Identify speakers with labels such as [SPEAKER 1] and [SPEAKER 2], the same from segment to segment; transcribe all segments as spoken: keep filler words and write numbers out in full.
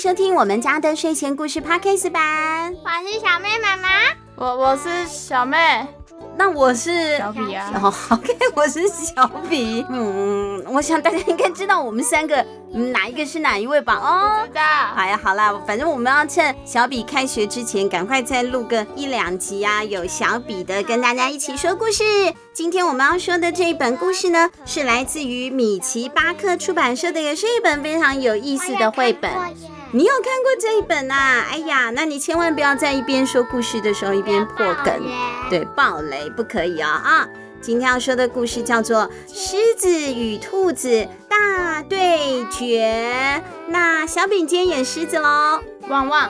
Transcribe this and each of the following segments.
[SPEAKER 1] 收听我们家的睡前故事 Podcast 版。
[SPEAKER 2] 我是小妹妈妈，
[SPEAKER 3] 我我是小妹，
[SPEAKER 1] 那我是
[SPEAKER 3] 小比啊。
[SPEAKER 1] 哦 ，OK， 我是小比。嗯，我想大家应该知道我们三个、嗯、哪一个是哪一位吧？哦，
[SPEAKER 3] 知道。
[SPEAKER 1] 好呀，好啦，反正我们要趁小比开学之前，赶快再录个一两集啊，有小比的跟大家一起说故事。今天我们要说的这一本故事呢，是来自于米奇巴克出版社的，也是一本非常有意思的绘本。你有看过这一本啊？哎呀，那你千万不要在一边说故事的时候一边破梗，对，爆雷不可以啊、哦、啊！今天要说的故事叫做《狮子与兔子大对决》。那小饼今天演狮子咯，
[SPEAKER 3] 旺旺。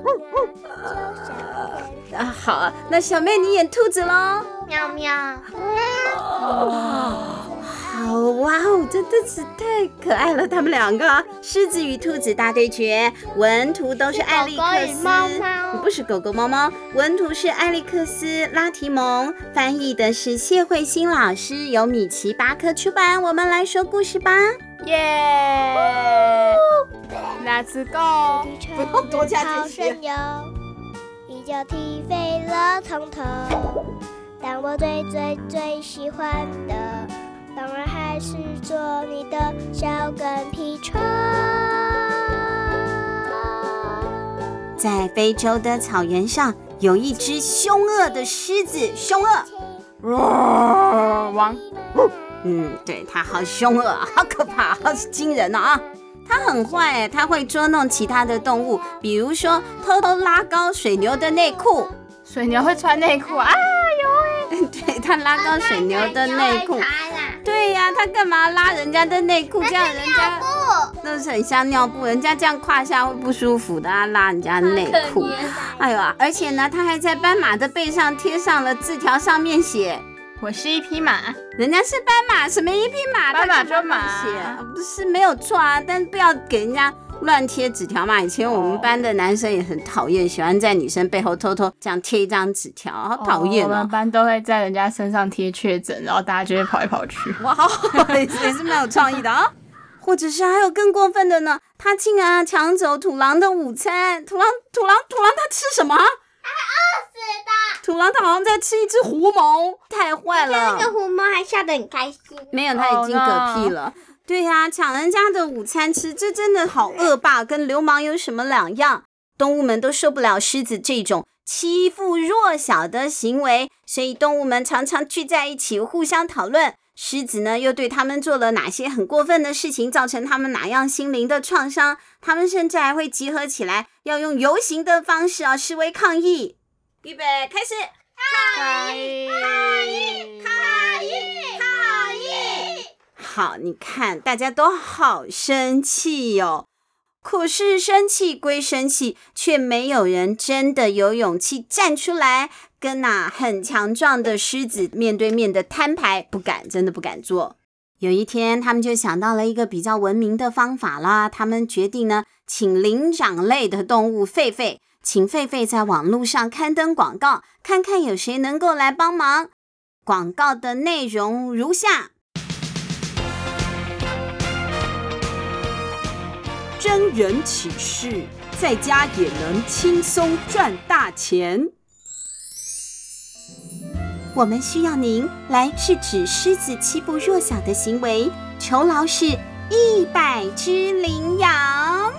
[SPEAKER 1] 啊，好，那小妹你演兔子咯，
[SPEAKER 2] 喵喵。
[SPEAKER 1] 哦好哇哦，真的是太可爱了，他们两个狮子与兔子大对决，文图都是艾利克斯，
[SPEAKER 2] 狗狗与猫猫
[SPEAKER 1] 不是狗狗猫猫，文图是艾利克斯拉提蒙，翻译的是谢慧欣老师，由米奇巴克出版。我们来说故事吧，
[SPEAKER 3] 耶、yeah! Let's go！
[SPEAKER 1] 不用多加这些。
[SPEAKER 2] 一脚踢飞了从头，但我最最最喜欢的当然还是做你的小跟屁虫。
[SPEAKER 1] 在非洲的草原上，有一只凶恶的狮子，凶恶，
[SPEAKER 3] 王，
[SPEAKER 1] 嗯，对，它好凶恶，好可怕，好惊人啊！它很坏，它会捉弄其他的动物，比如说偷偷拉高水牛的内裤。
[SPEAKER 3] 水牛会穿内裤啊？有哎，
[SPEAKER 1] 对，它拉高水牛的内裤。对呀、啊，他干嘛拉人家的内裤？这样人家那是很像尿布，人家这样胯下会不舒服的啊，拉人家内裤。哎呦，而且呢，他还在斑马的背上贴上了字条，上面写：“
[SPEAKER 3] 我是一匹马。”
[SPEAKER 1] 人家是斑马，什么一匹马？
[SPEAKER 3] 斑马就马，
[SPEAKER 1] 不是没有错啊，但不要给人家乱贴纸条嘛。以前我们班的男生也很讨厌，喜欢在女生背后偷偷这样贴一张纸条，好讨厌哦。
[SPEAKER 3] 我们班都会在人家身上贴确诊，然后大家就会跑来跑去。
[SPEAKER 1] 哇，也是蛮有创意的啊。或者是还有更过分的呢，他竟然抢走土狼的午餐。土狼，土狼，土狼，他吃什么？
[SPEAKER 2] 他饿死的。
[SPEAKER 1] 土狼他好像在吃一只狐獴，太坏了。
[SPEAKER 2] 那个狐獴还笑得很开心。
[SPEAKER 1] 没有，他已经嗝屁了。Oh, no. 对呀、啊，抢人家的午餐吃，这真的好恶霸，跟流氓有什么两样？动物们都受不了狮子这种欺负弱小的行为，所以动物们常常聚在一起互相讨论，狮子呢又对他们做了哪些很过分的事情，造成他们哪样心灵的创伤，他们甚至还会集合起来，要用游行的方式啊示威抗议。预备，开始！
[SPEAKER 2] 抗议！抗议！抗议！抗议！
[SPEAKER 1] 好，你看大家都好生气哟、哦，可是生气归生气，却没有人真的有勇气站出来跟那很强壮的狮子面对面的摊牌，不敢，真的不敢做。有一天他们就想到了一个比较文明的方法啦，他们决定呢请灵长类的动物狒狒，请狒狒在网络上刊登广告，看看有谁能够来帮忙。广告的内容如下：真人启事，在家也能轻松赚大钱。我们需要您来制止狮子欺负弱小的行为，酬劳是一百只羚羊。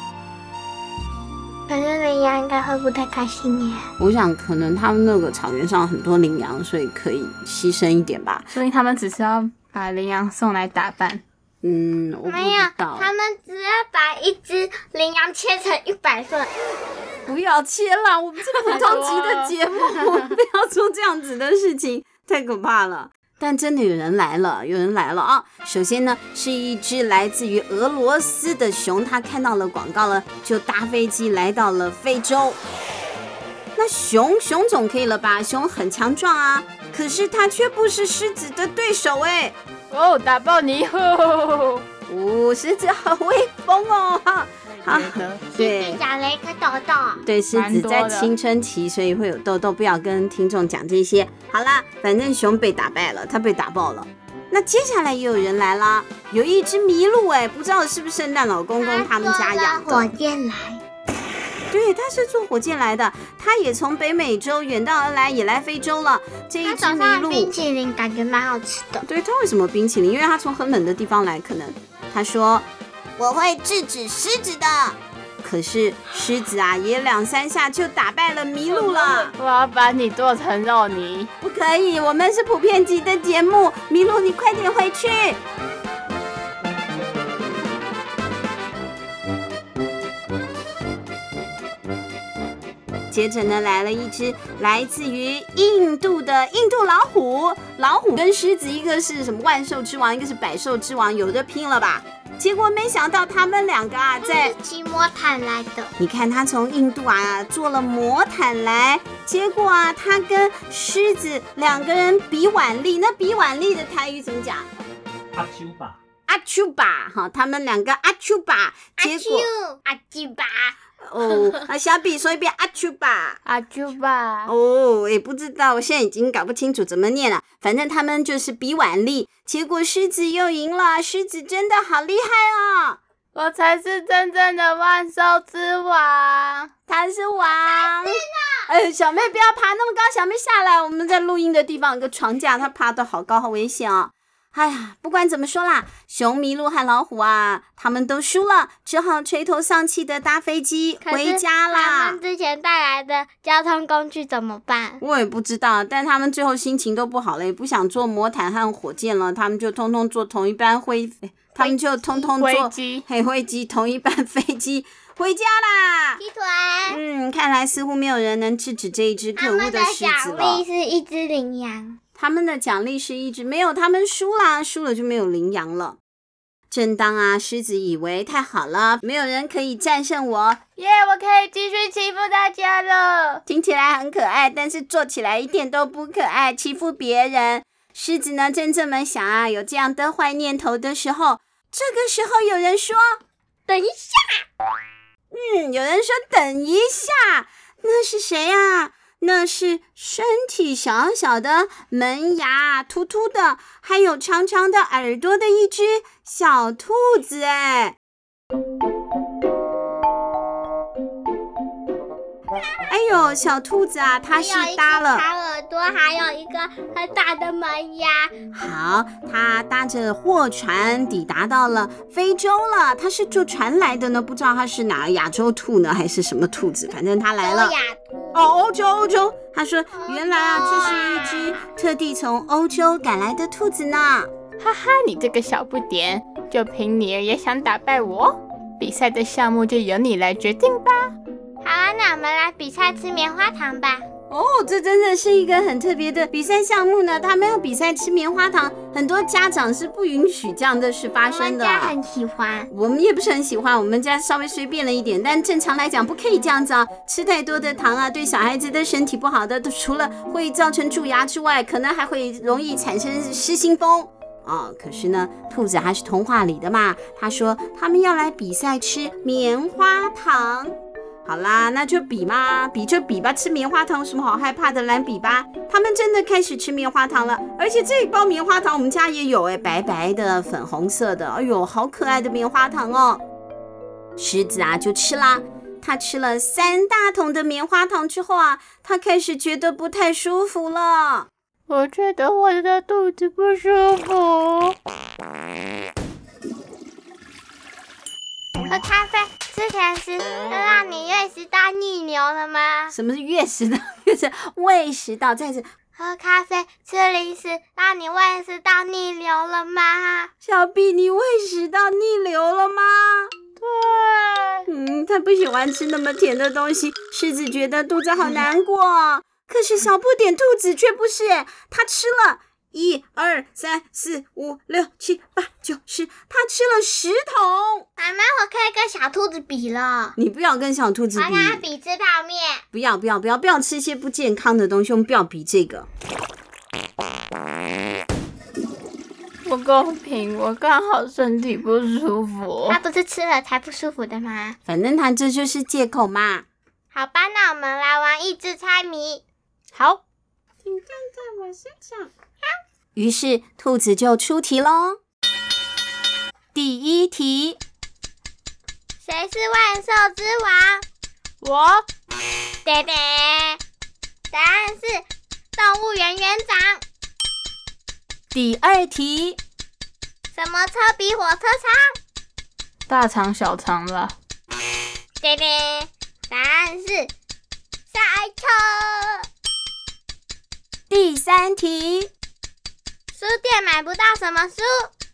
[SPEAKER 2] 可是羚羊应该会不太开心耶。
[SPEAKER 1] 我想可能他们那个草原上很多羚羊，所以可以牺牲一点吧。
[SPEAKER 3] 所以他们只是要把羚羊送来打扮。
[SPEAKER 1] 嗯，我不知道。
[SPEAKER 2] 没有，他们只要把一只羚羊切成一百份。
[SPEAKER 1] 不要切啦，我们是普通级的节目，我们不要做这样子的事情，太可怕了。但真的有人来了，有人来了啊！首先呢，是一只来自于俄罗斯的熊，它看到了广告了，就搭飞机来到了非洲。那熊熊总可以了吧？熊很强壮啊，可是它却不是狮子的对手哎。
[SPEAKER 3] 哦，打爆你！吼！
[SPEAKER 1] 哦，狮子好威风哦！好，对，
[SPEAKER 2] 狮子长了一颗痘痘。
[SPEAKER 1] 对，狮子在青春期，所以会有痘痘。不要跟听众讲这些。好啦，反正熊被打败了，他被打爆了。 那接下来也有人来啦，有一只麋鹿哎，不知道是不是圣诞老公公他们家养的。
[SPEAKER 2] 火箭来，
[SPEAKER 1] 对，他是坐火箭来的，他也从北美洲远道而来，也来非洲了。这一只麋鹿，
[SPEAKER 2] 冰淇淋感觉蛮好吃的。
[SPEAKER 1] 对，他为什么冰淇淋？因为他从很冷的地方来，可能他说我会制止狮子的。可是狮子啊，也两三下就打败了麋鹿了。
[SPEAKER 3] 我要把你剁成肉泥。
[SPEAKER 1] 不可以，我们是普遍级的节目。麋鹿，你快点回去。接着呢，来了一只来自于印度的印度老虎。老虎跟狮子，一个是什么万兽之王，一个是百兽之王，有的拼了吧？结果没想到他们两个啊，在
[SPEAKER 2] 骑魔毯来的。
[SPEAKER 1] 你看他从印度啊坐了魔毯来，结果啊，他跟狮子两个人比腕力。那比腕力的台语怎么讲？
[SPEAKER 4] 阿丘吧，
[SPEAKER 1] 阿丘吧，哈，他们两个阿丘吧，结果
[SPEAKER 2] 阿丘吧。
[SPEAKER 1] 哦，啊，小比说一遍阿丘吧，
[SPEAKER 3] 阿丘吧。
[SPEAKER 1] 哦，也不知道，我现在已经搞不清楚怎么念了。反正他们就是比腕力，结果狮子又赢了。狮子真的好厉害哦！
[SPEAKER 3] 我才是真正的万兽之王，
[SPEAKER 1] 他是王。哎，小妹不要爬那么高，小妹下来，我们在录音的地方有个床架，它爬得好高，好危险哦。哎呀，不管怎么说啦，熊、麋鹿和老虎啊，他们都输了，只好垂头丧气的搭飞机回家啦。
[SPEAKER 2] 他们之前带来的交通工具怎么办？
[SPEAKER 1] 我也不知道，但他们最后心情都不好了，也不想坐魔毯和火箭了，他们就通通坐同一班灰，他们就通通坐
[SPEAKER 3] 飞机，
[SPEAKER 1] 黑灰机同一班飞机回家啦。
[SPEAKER 2] 鸡腿。
[SPEAKER 1] 嗯，看来似乎没有人能制止这一只可恶的狮子了。
[SPEAKER 2] 他们的奖励是一只羚羊。
[SPEAKER 1] 他们的奖励是一只，没有，他们输啦，输了就没有羚羊了。正当啊，狮子以为太好了，没有人可以战胜我，
[SPEAKER 3] 耶、yeah, 我可以继续欺负大家了。
[SPEAKER 1] 听起来很可爱，但是做起来一点都不可爱，欺负别人。狮子呢，正这么想啊，有这样的坏念头的时候，这个时候有人说：“
[SPEAKER 2] 等一下。”
[SPEAKER 1] 嗯，有人说：“等一下。”那是谁啊？那是身体小小的、门牙突突的，还有长长的耳朵的一只小兔子哎！哎呦，小兔子啊，它是搭了
[SPEAKER 2] 长耳朵，还有一个很大的门牙。
[SPEAKER 1] 好，它搭着货船抵达到了非洲了。它是坐船来的呢，不知道它是哪亚洲兔呢，还是什么兔子？反正它来了。哦，欧洲，欧洲。他说，原来啊，这是一只特地从欧洲赶来的兔子呢。
[SPEAKER 3] 哈哈，你这个小不点，就凭你也想打败我？比赛的项目就由你来决定吧。
[SPEAKER 2] 好啊，那我们来比赛吃棉花糖吧。
[SPEAKER 1] 哦，这真的是一个很特别的比赛项目呢。他们要比赛吃棉花糖，很多家长是不允许这样的事发生的。
[SPEAKER 2] 我们家很喜欢，
[SPEAKER 1] 我们也不是很喜欢，我们家稍微随便了一点，但正常来讲不可以这样子啊。吃太多的糖啊，对小孩子的身体不好的，除了会造成蛀牙之外，可能还会容易产生失心疯。哦，可是呢，兔子还是童话里的嘛。他说他们要来比赛吃棉花糖。好啦，那就比嘛，比就比吧，吃棉花糖有什么好害怕的？来比吧。他们真的开始吃棉花糖了，而且这一包棉花糖我们家也有哎，白白的、粉红色的，哎呦，好可爱的棉花糖哦。狮子啊就吃啦，他吃了三大桶的棉花糖之后啊，他开始觉得不太舒服了。
[SPEAKER 3] 我觉得我的肚子不舒服。
[SPEAKER 2] 喝咖啡、吃甜食，会让你胃食道逆流了吗？
[SPEAKER 1] 什么是胃食道？就是胃食道。再次，
[SPEAKER 2] 喝咖啡、吃零食，让你胃食道逆流了吗？
[SPEAKER 1] 小 B， 你胃食道逆流了吗？
[SPEAKER 3] 对，
[SPEAKER 1] 嗯，他不喜欢吃那么甜的东西。狮子觉得肚子好难过，可是小不点兔子却不是，他吃了。一二三四五六七八九十，他吃了十桶。
[SPEAKER 2] 妈妈，我可以跟小兔子比了。
[SPEAKER 1] 你不要跟小兔子比。
[SPEAKER 2] 我跟他比吃泡面。
[SPEAKER 1] 不要不要不要不要吃一些不健康的东西，我们不要比这个。
[SPEAKER 3] 不公平，我刚好身体不舒服。
[SPEAKER 2] 他不是吃了才不舒服的吗？
[SPEAKER 1] 反正他这就是借口嘛。
[SPEAKER 2] 好吧，那我们来玩益智猜谜。
[SPEAKER 3] 好，
[SPEAKER 1] 请站在我身上。 于是兔子就出题咯。第一题，
[SPEAKER 2] 谁是万兽之王？
[SPEAKER 3] 我。
[SPEAKER 2] 对对，答案是动物园园长。
[SPEAKER 1] 第二题，
[SPEAKER 2] 什么车比火车长？
[SPEAKER 3] 大肠小肠啦。
[SPEAKER 2] 对对，答案是赛车。
[SPEAKER 1] 第三题，
[SPEAKER 2] 书店买不到什么书？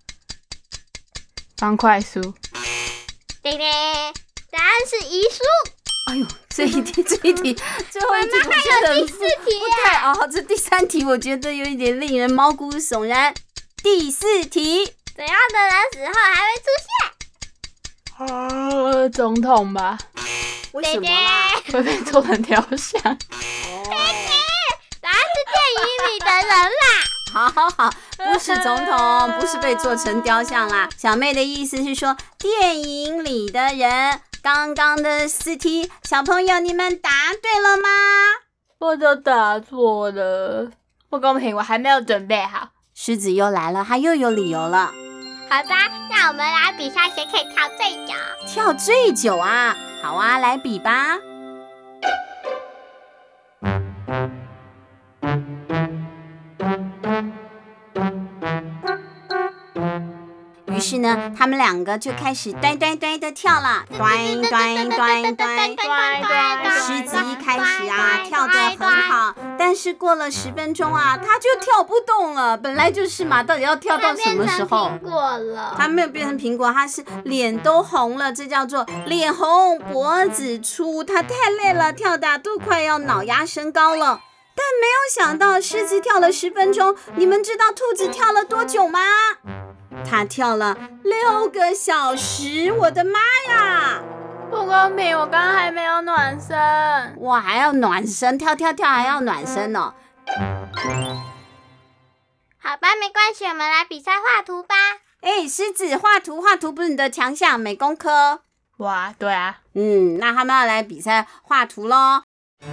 [SPEAKER 3] 方块书。
[SPEAKER 2] 对对，答案是遗书。
[SPEAKER 1] 哎呦，这一题这一题最后一题我觉得
[SPEAKER 2] 第四题
[SPEAKER 1] 不太哦，这第三题我觉得有一点令人毛骨悚然。第四题，
[SPEAKER 2] 怎样的人死后还会出现？
[SPEAKER 3] 呃，总统吧。
[SPEAKER 1] 为什么啦？
[SPEAKER 3] 会被做成雕像。
[SPEAKER 1] 哦，
[SPEAKER 2] 答案是电影里的人啦。
[SPEAKER 1] 好好好，不是总统，不是被做成雕像啦。小妹的意思是说电影里的人。刚刚的四题，小朋友你们答对了吗？
[SPEAKER 3] 我都答错了，不公平，我还没有准备好。
[SPEAKER 1] 狮子又来了，他又有理由了。
[SPEAKER 2] 好吧，那我们来比赛，谁可以跳最久？
[SPEAKER 1] 跳最久啊！好啊，来比吧。于是呢，他们两个就开始端端端的跳了，端端端端。狮子一开始啊跳得很好，但是过了十分钟啊，他就跳不动了。本来就是嘛，到底要跳到什么时候？
[SPEAKER 2] 苹果了。
[SPEAKER 1] 他没有变成苹果，他是脸都红了，这叫做脸红脖子粗。他太累了，跳的都快要脑压升高了。但没有想到，狮子跳了十分钟，你们知道兔子跳了多久吗？他跳了六个小时，我的妈呀！
[SPEAKER 3] 不公平，我刚刚还没有暖身。
[SPEAKER 1] 哇，还要暖身，跳跳跳还要暖身哦。
[SPEAKER 2] 好吧，没关系，我们来比赛画图吧。
[SPEAKER 1] 哎，狮子画图，画图不是你的强项，美工科。
[SPEAKER 3] 哇，对啊。
[SPEAKER 1] 嗯，那他们要来比赛画图咯。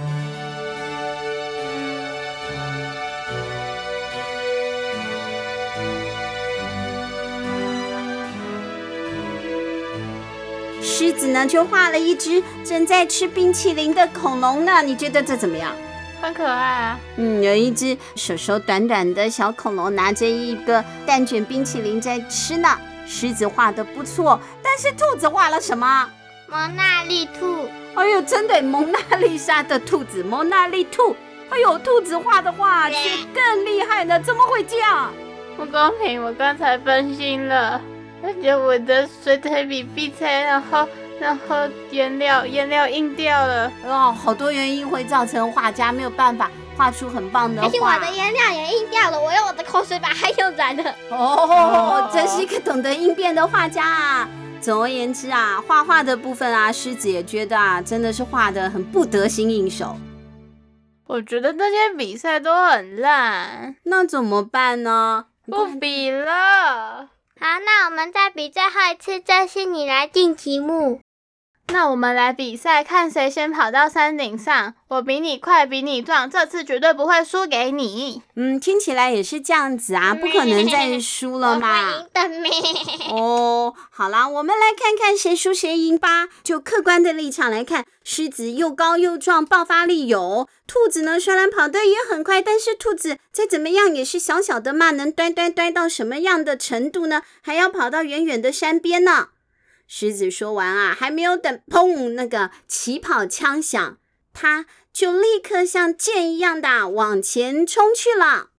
[SPEAKER 1] 狮子呢，就画了一只正在吃冰淇淋的恐龙呢。你觉得这怎么样？
[SPEAKER 3] 很可爱啊。
[SPEAKER 1] 嗯，有一只手手短短的小恐龙拿着一个蛋卷冰淇淋在吃呢。狮子画得不错，但是兔子画了什么？
[SPEAKER 2] 蒙娜丽兔。
[SPEAKER 1] 哎呦，真的蒙娜丽莎的兔子，蒙娜丽兔。哎呦，兔子画的画却更厉害呢，怎么会这样？
[SPEAKER 3] 不公平，我刚才分心了。而且我的水彩笔闭塞，然后然后颜料颜料印掉了。
[SPEAKER 1] 哦，好多原因会造成画家没有办法画出很棒的画。
[SPEAKER 2] 而且我的颜料也印掉了，我用我的口水把它用染了。
[SPEAKER 1] 哦，真是一个懂得应变的画家啊！总而言之啊，画画的部分啊，狮子也觉得啊，真的是画得很不得心应手。
[SPEAKER 3] 我觉得那些比赛都很烂，
[SPEAKER 1] 那怎么办呢？
[SPEAKER 3] 不比了。
[SPEAKER 2] 好，那我们再比最后一次，这是你来定题目。
[SPEAKER 3] 那我们来比赛，看谁先跑到山顶上。我比你快，比你壮，这次绝对不会输给你。
[SPEAKER 1] 嗯，听起来也是这样子啊，不可能再输了嘛。
[SPEAKER 2] 我赢的咩？
[SPEAKER 1] 哦，好啦，我们来看看谁输谁赢吧。就客观的立场来看，狮子又高又壮，爆发力有；兔子呢，虽然跑得也很快，但是兔子再怎么样也是小小的嘛，能端端端到什么样的程度呢？还要跑到远远的山边呢。狮子说完啊，还没有等砰那个起跑枪响，他就立刻像箭一样的往前冲去了。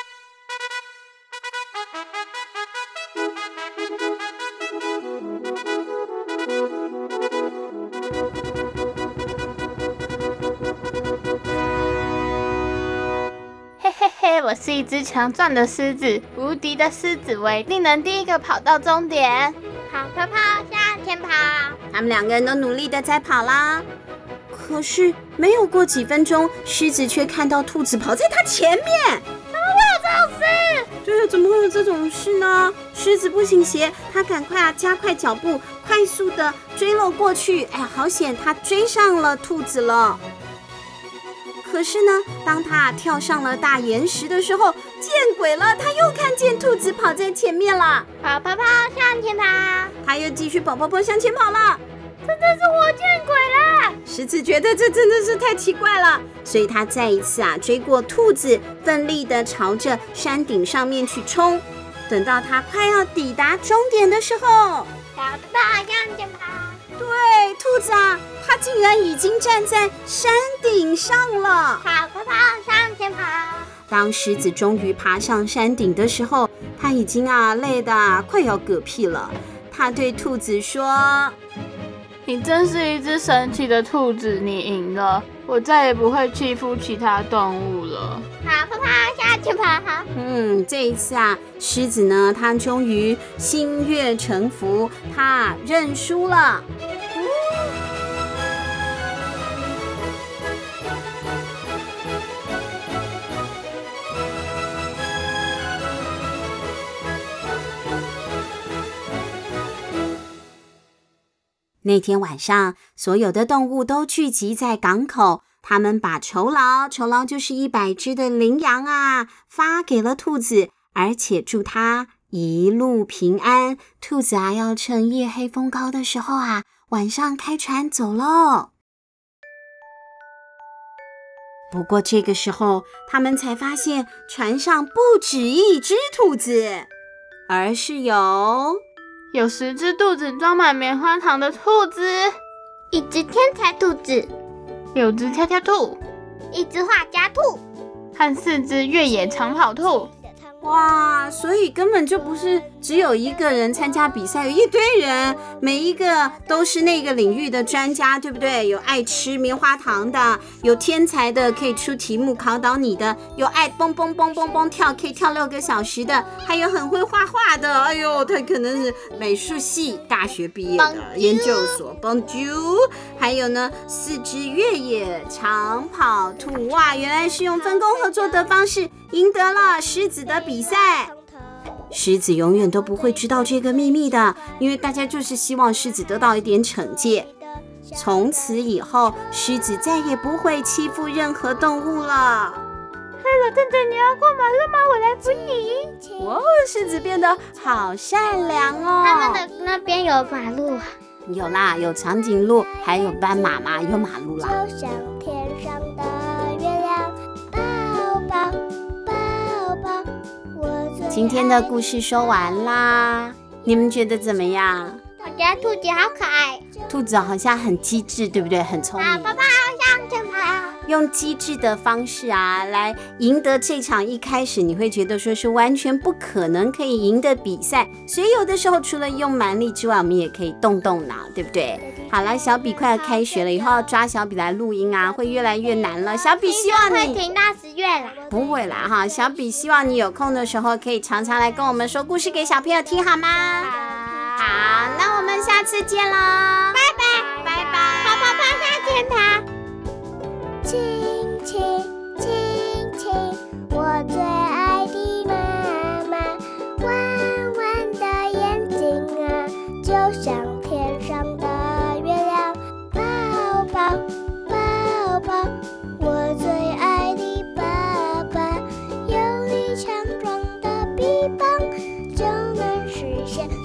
[SPEAKER 3] 嘿嘿嘿，我是一只强壮的狮子，无敌的狮子我一定能第一个跑到终点。
[SPEAKER 2] 跑跑跑，向前跑！
[SPEAKER 1] 他们两个人都努力的在跑啦。可是没有过几分钟，狮子却看到兔子跑在他前面。
[SPEAKER 2] 怎么会有这种事？
[SPEAKER 1] 对啊，怎么会有这种事呢？狮子不信邪，他赶快啊加快脚步，快速的追了过去。哎，好险，他追上了兔子了。可是呢，当他跳上了大岩石的时候， 见鬼了，他又看见兔子跑在前面了。
[SPEAKER 2] 跑跑跑，向前跑。
[SPEAKER 1] 他又继续跑跑跑向前跑了。
[SPEAKER 2] 真的是我见鬼了！
[SPEAKER 1] 狮子觉得这真的是太奇怪了，所以他再一次啊追过兔子，奋力的朝着山顶上面去冲。等到他快要抵达终点的时候，
[SPEAKER 2] 跑跑向前跑。
[SPEAKER 1] 对，兔子啊，它竟然已经站在山顶上了。
[SPEAKER 2] 跑跑跑，向前跑。
[SPEAKER 1] 当狮子终于爬上山顶的时候，它已经啊累得啊快要嗝屁了。它对兔子说：
[SPEAKER 3] 你真是一只神奇的兔子，你赢了，我再也不会欺负其他动物了。
[SPEAKER 2] 跑跑跑，向前跑。
[SPEAKER 1] 嗯，这一次啊，狮子呢，它终于心悦诚服，它认输了。那天晚上，所有的动物都聚集在港口，他们把酬劳，酬劳就是一百只的羚羊啊，发给了兔子，而且祝它一路平安。兔子啊，要趁夜黑风高的时候啊，晚上开船走喽。不过这个时候，他们才发现船上不止一只兔子，而是有
[SPEAKER 3] 有十只肚子装满棉花糖的兔子，
[SPEAKER 2] 一只天才兔子，
[SPEAKER 3] 六只跳跳兔，
[SPEAKER 2] 一只画家兔，
[SPEAKER 3] 和四只越野长跑兔。
[SPEAKER 1] 哇，所以根本就不是只有一个人参加比赛，有一堆人，每一个都是那个领域的专家，对不对？有爱吃棉花糖的，有天才的可以出题目考倒你的，有爱蹦蹦蹦蹦蹦跳可以跳六个小时的，还有很会画画的，哎呦，他可能是美术系大学毕业的研究所 Bonjour， 还有呢四只越野长跑兔，哇，原来是用分工合作的方式赢得了狮子的比赛。狮子永远都不会知道这个秘密的，因为大家就是希望狮子得到一点惩戒。从此以后，狮子再也不会欺负任何动物了。
[SPEAKER 2] 嘿了，蛋蛋，你要过马路吗？我来扶你。
[SPEAKER 1] 哇，狮子变得好善良哦。
[SPEAKER 2] 他们的那边有马路。
[SPEAKER 1] 有啦，有长颈鹿，还有斑马嘛，有马路啦。
[SPEAKER 2] 就像天上的月亮，抱抱抱抱。
[SPEAKER 1] 今天的故事说完啦，你们觉得怎么样？
[SPEAKER 2] 我觉得兔子好可爱，
[SPEAKER 1] 兔子好像很机智，对不对？很聪明。
[SPEAKER 2] 跑跑跑，向前跑。
[SPEAKER 1] 用机智的方式啊，来赢得这场一开始你会觉得说是完全不可能可以赢的比赛。所以有的时候除了用蛮力之外，我们也可以动动脑，对不对？好了，小比快要开学了，以后要抓小比来录音啊，会越来越难了。小比希望你
[SPEAKER 2] 会停到十月啦，
[SPEAKER 1] 不会啦哈。小比希望你有空的时候可以常常来跟我们说故事给小朋友听，好吗？好，那我们下次见喽，
[SPEAKER 2] 拜拜
[SPEAKER 1] 拜拜，
[SPEAKER 2] 跑跑跑，向前跑。亲亲亲亲，我最爱的妈妈，弯弯的眼睛啊，就像天上的月亮，抱抱抱抱，我最爱的爸爸，有力强壮的臂膀，就能实现